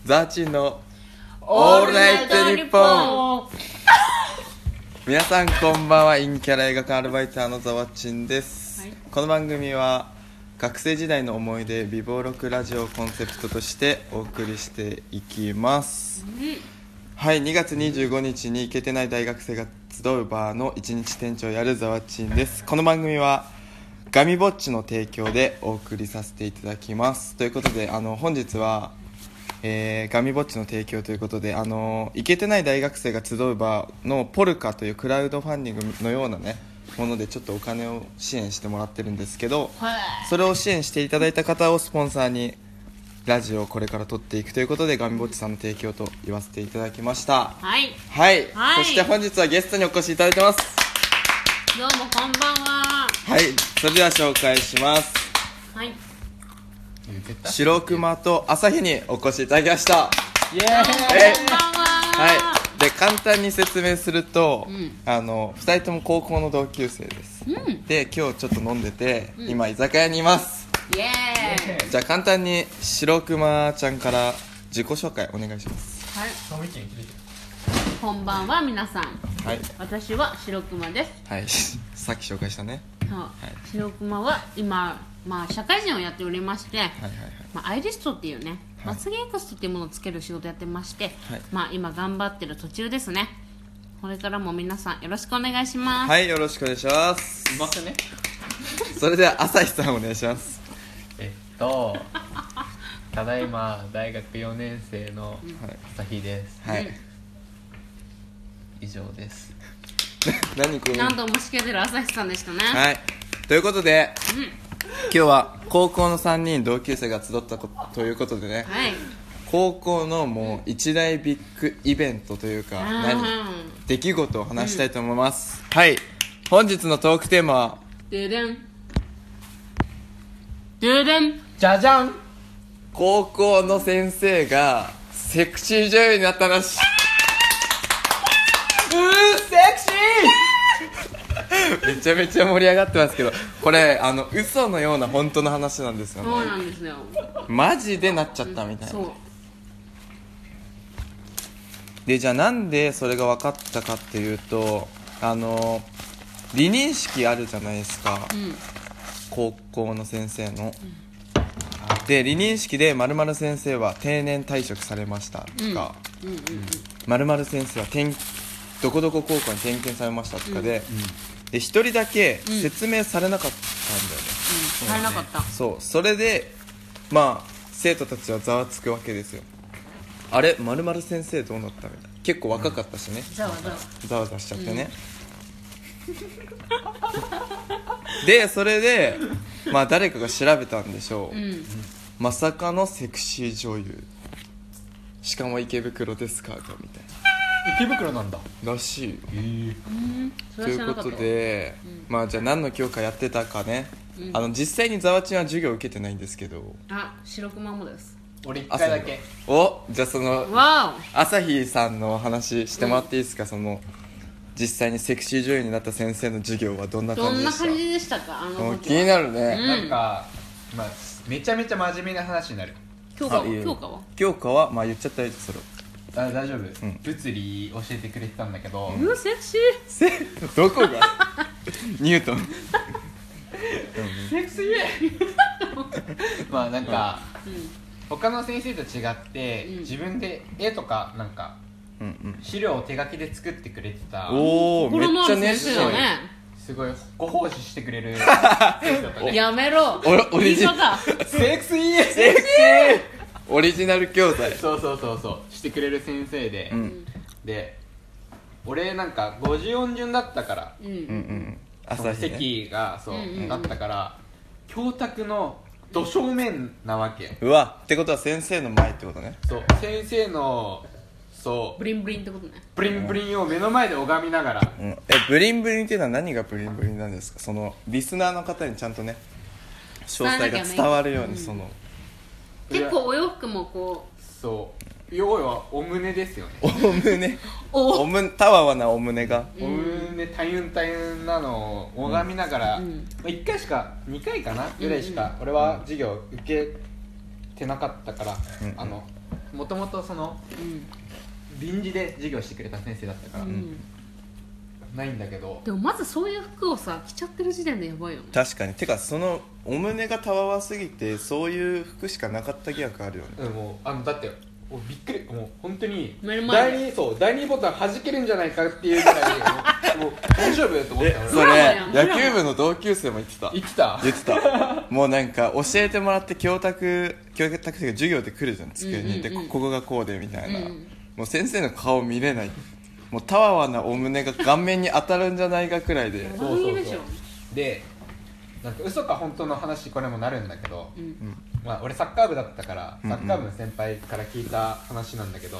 ザーチンのオールナイトニッポン。皆さんこんばんは。陰キャラ映画館アルバイターのザワチンです、はい、この番組は学生時代の思い出美貌録ラジオをコンセプトとしてお送りしていきます、はい。2月25日にイケてない大学生が集うバーの一日店長をやるザワチンです。この番組はガミぼっちの提供でお送りさせていただきます。ということで本日はガミぼっちの提供ということでイケてない大学生が集うバーのポルカというクラウドファンディングのようなねものでちょっとお金を支援してもらってるんですけど、それを支援していただいた方をスポンサーにラジオをこれから撮っていくということでガミぼっちさんの提供と言わせていただきました。はい、はい、はい、そして本日はゲストにお越しいただいてます。 どうもこんばんは。 はい、それでは紹介します。はい、白熊と朝日にお越しいただきました。イエーイ。こんばんは。はい。で簡単に説明すると、2人とも高校の同級生です、で今日ちょっと飲んでて、今居酒屋にいます。イエーイ。じゃあ簡単に白熊ちゃんから自己紹介お願いします。はい、 こんばんは皆さん、はい、私は白熊です。 はい、さっき紹介したね。 はい、白熊は今、社会人をやっておりまして、アイリストっていうね、まつげエクストっていうものをつける仕事やってまして、今頑張ってる途中ですね。これからも皆さんよろしくお願いします。 はい、よろしくお願いします。 うまくね。 それでは朝日さんお願いします。 ただいま大学4年生の朝日です。はい、以上です。 何これ。 何度もしけてる朝日さんでしたね。 はい、ということで、今日は高校の3人同級生が集ったということでね、はい、高校のもう一大ビッグイベントというか、出来事を話したいと思います、はい。本日のトークテーマはででんででんじゃじゃん。 高校の先生がセクシー女優になったらしい。 セクシーめちゃめちゃ盛り上がってますけど、これ嘘のような本当の話なんですよね。 そうなんですよ。 マジでなっちゃったみたいな、そうで、じゃあなんでそれが分かったかっていうと、離任式あるじゃないですか、高校の先生の、で離任式で〇〇先生は定年退職されましたとか、〇〇先生はどこどこ高校に転勤されましたとかで、で一人だけ説明されなかったんだよね、 されなかった。 そう、それで生徒たちはざわつくわけですよ。あれ、〇〇先生どうなったみたいな。結構若かったしね、ざわざわしちゃってね、でそれで誰かが調べたんでしょう、まさかのセクシー女優、しかも池袋ですかみたいな。 池袋なんだらしいよ、ということで、じゃあ何の教科やってたかね、実際にザワチンは授業受けてないんですけど、 白熊もです。 俺1回だけ。 じゃあその朝日さんの話してもらっていいですか、その実際にセクシー女優になった先生の授業はどんな感じでした？ どんな感じでしたか？ 気になるね、 なんか、めちゃめちゃ真面目な話になる。 教科は言っちゃったらいいです。それ大丈夫、物理教えてくれてたんだけど、 セクシーどこがニュートンセクシーなんか、他の先生と違って、自分で絵とかなんか、資料を手書きで作ってくれてた。 おー、めっちゃ熱心だね。 すごいご奉仕してくれる先生だったね。 やめろ、 オリジナルセクシーオリジナル教材。 そうしてくれる先生で、で俺なんか50音順だったから、席がだったから、教卓のど正面なわけよ。 うわ、ってことは先生の前ってことね。 そう、先生のブリンブリンってことね。 ブリンブリンを目の前で拝みながら、 ブリンブリンっていうのは何がブリンブリンなんですか？そのリスナーの方にちゃんとね詳細が伝わるように、 結構お洋服もこう、 要はお胸ですよね。 お胸たわわなお胸が、 お胸たゆんたゆんなのを拝みながら、1回しか2回かなぐらいしか俺は授業受けてなかったから、もともとその、臨時で授業してくれた先生だったから、ないんだけど、 でもまずそういう服をさ着ちゃってる時点でやばいよね。 確かに。てかそのお胸がたわわすぎてそういう服しかなかった疑惑あるよね。 もうだってびっくり、もう本当に目の前第2ボタン弾けるんじゃないかっていうぐらいもう大丈夫だと思ったそれ野球部の同級生も言ってた言ってたもうなんか教えてもらって教託っていうか授業で来るじゃん、机に、でここがこうでみたいな、もう先生の顔見れない、もうたわわなお胸が顔面に当たるんじゃないかくらいでそうで、なんか嘘か本当の話これもなるんだけど、まあ、俺サッカー部だったからサッカー部の先輩から聞いた話なんだけど、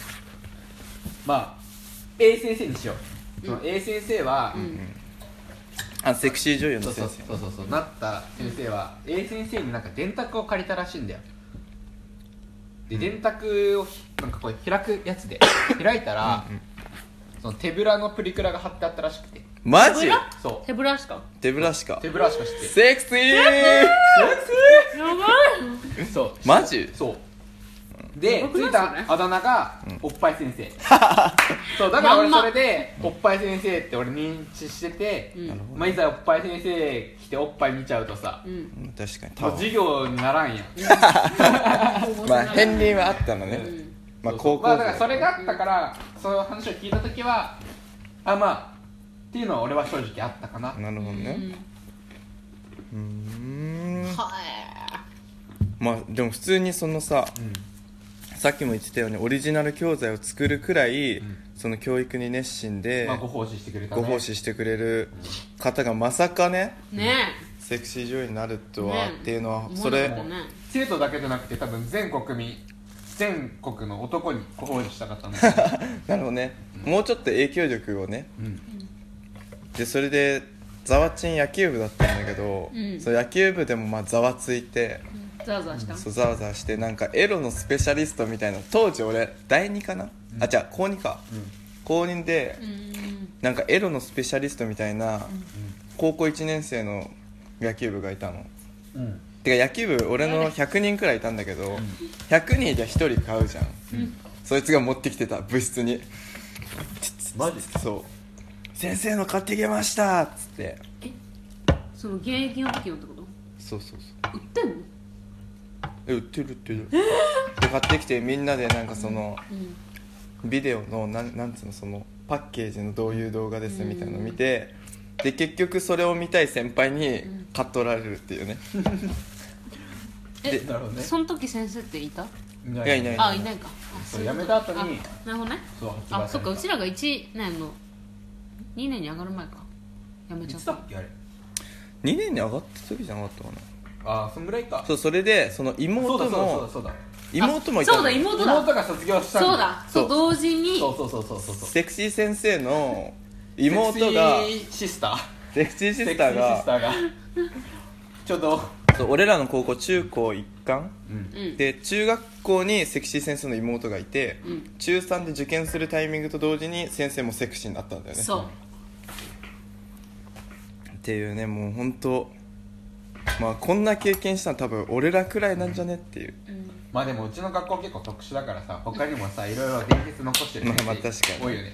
まあ A 先生にしよう、その A 先生は、 セクシー女優の先生、 そうなった先生は A 先生になんか電卓を借りたらしいんだよ。で電卓をなんかこう開くやつで開いたらその手ぶらのプリクラが貼ってあったらしくて。 マジ？ そう手ぶらしか手ぶらしか手ぶらしかしてセクシーやばいそうマジ？ そうでついたあだ名がおっぱい先生そうだから俺それでおっぱい先生って俺認知してて、まあ、いざおっぱい先生来ておっぱい見ちゃうとさ、 確かにもう授業にならんやんまあ片鱗はあったのね、まあ高校まあだからそれがあったからそういう話を聞いた時はまあっていうのは俺は正直あったかな。 なるほどね。まあでも普通にそのさ、さっきも言ってたようにオリジナル教材を作るくらい、その教育に熱心で、 まあ、ご奉仕してくれたね、 ご奉仕してくれる方がまさかね、セクシー女優になるとはっていうのは、それ生徒だけじゃなくて多分全国の男にご奉仕したかったんだなるほどね、もうちょっと影響力をね、でそれでザワチン野球部だったんだけど、そう野球部でもまあざわついて、 ざわざわした、 そうざわざわして、なんかエロのスペシャリストみたいな、当時俺第2かな、あじゃあ高2か、高2で、なんかエロのスペシャリストみたいな、高校1年生の野球部がいたの、てか野球部俺の100人くらいいたんだけど、100人じゃ1人買うじゃん、そいつが持ってきてた部室にマジそう先生の買ってきましたっつって、 その現役の時のってこと？ そう売ってんの？ 売ってる、で買ってきてみんなでなんかその、ビデオのなんつうの、そのパッケージのどういう動画ですみたいなのを見て、で結局それを見たい先輩に買っ取られるっていうねでなるほどね。 その時先生っていた？ いない。 あ、いないか。 それ辞めた後に、 なるほどね。あ、そっか、うちらが1年の2年に上がる前か辞めちゃった。 いつだっけあれ 2年に上がった時じゃなかったかな。 あ、そんぐらいか。 それでその妹もそうだ妹もいたの。 そうだ、妹が卒業したんだ。 そうだ、そう同時にそうセクシー先生の妹がセクシーシスターがちょっとそう俺らの高校中高一貫、で中学校にセクシー先生の妹がいて、中3で受験するタイミングと同時に先生もセクシーになったんだよね。 そうっていうね、もう本当まあこんな経験したの多分俺らくらいなんじゃねっていう、 まあでもうちの学校結構特殊だからさ、他にもさいろいろ伝説残してるまあ確かに多いよね。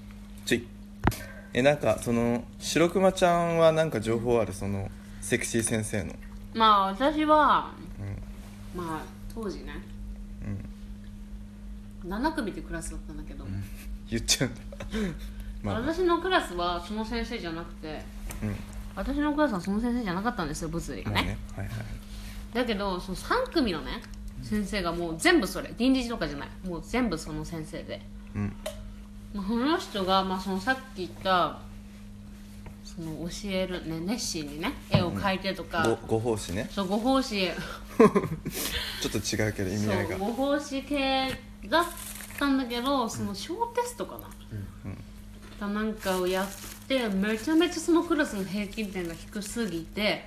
なんかその白熊ちゃんはなんか情報ある、そのセクシー先生の。 まあ私は、まあ当時ね、7組ってクラスだったんだけど、 言っちゃうんだまあ、 私のクラスはその先生じゃなくて、私のクラスはその先生じゃなかったんですよ、物理がね、だけどその3組のね先生がもう全部それ、臨時とかじゃない、もう全部その先生で、まあ、その人が、まあ、そのさっき言ったその教える、ね、熱心にね絵を描いてとか、 ご奉仕ね、 そうご奉仕ちょっと違うけど意味合いが、 そうご奉仕系だったんだけど、その小テストかな、なんかをやってめちゃめちゃそのクラスの平均点が低すぎて、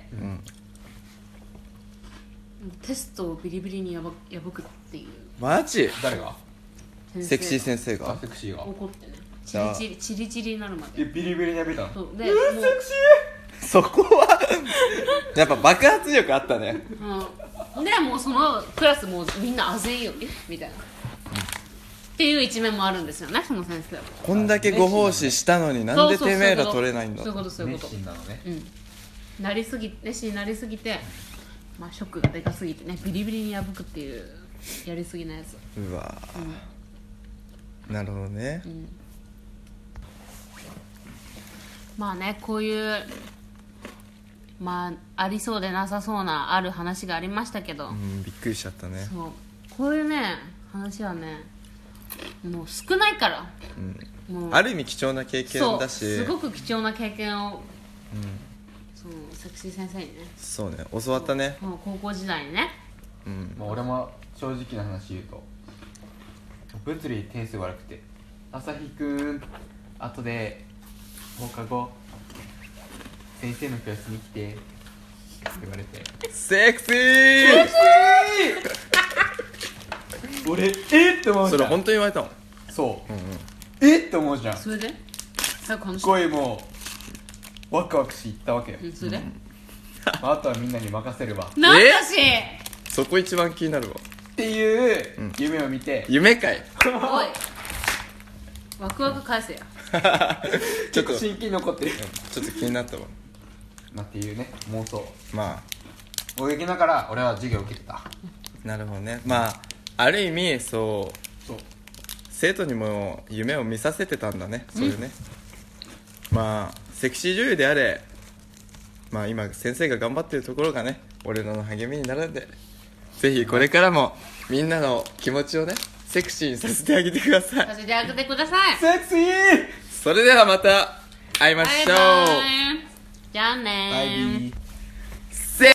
テストをビリビリに破くっていう。 マジ？ 誰が？ セクシー先生が？ セクシーが怒ってね、チリチリになるまでビリビリに破いたの。 そうで、 セクシーそこはやっぱ爆発力あったね。 でもうそのクラスもうみんなあぜんよみたいな、っていう一面もあるんですよね、その先生は。 こんだけご奉仕したのになんでてめえら取れないんだ。 そういうことそういうこと。 熱心なのね。 熱心になりすぎて、まあショックがでかすぎてね、ビリビリに破くっていうやりすぎなやつ。 うわなるほどね。 まあね、こういうまあありそうでなさそうなある話がありましたけど、 びっくりしちゃったね。 そうこういうね話はねもう少ないから、もうある意味貴重な経験だし、 すごく貴重な経験を、そうセクシー先生にね、 そうね、教わったね。 高校時代にね、 もう俺も正直な話言うと、物理点数悪くて、朝日くん後で放課後先生のクラスに来てって言われて、 セクシー俺って思うじゃん。 それ本当に言われたもん。 そうって思うじゃん。 それで早く話すごいもうワクワクし行ったわけよ。 それで、 あとはみんなに任せるわなんだしそこ一番気になるわっていう夢を見て、 夢かいおいワクワク返せやちょっと真剣に残ってるちょっと気になったわ。 っていうね妄想まを描きながら俺は授業を受けてた。 あなるほどね。まあある意味そう生徒にも夢を見させてたんだね。そういうね、まあセクシー女優であれ、まあ今先生が頑張ってるところがね俺らの励みになるんで、ぜひこれからもみんなの気持ちをねセクシーにさせてあげてください。 させてあげてください。 セクシー。 それではまた会いましょう。 バイバイじゃあねー。 バイビー。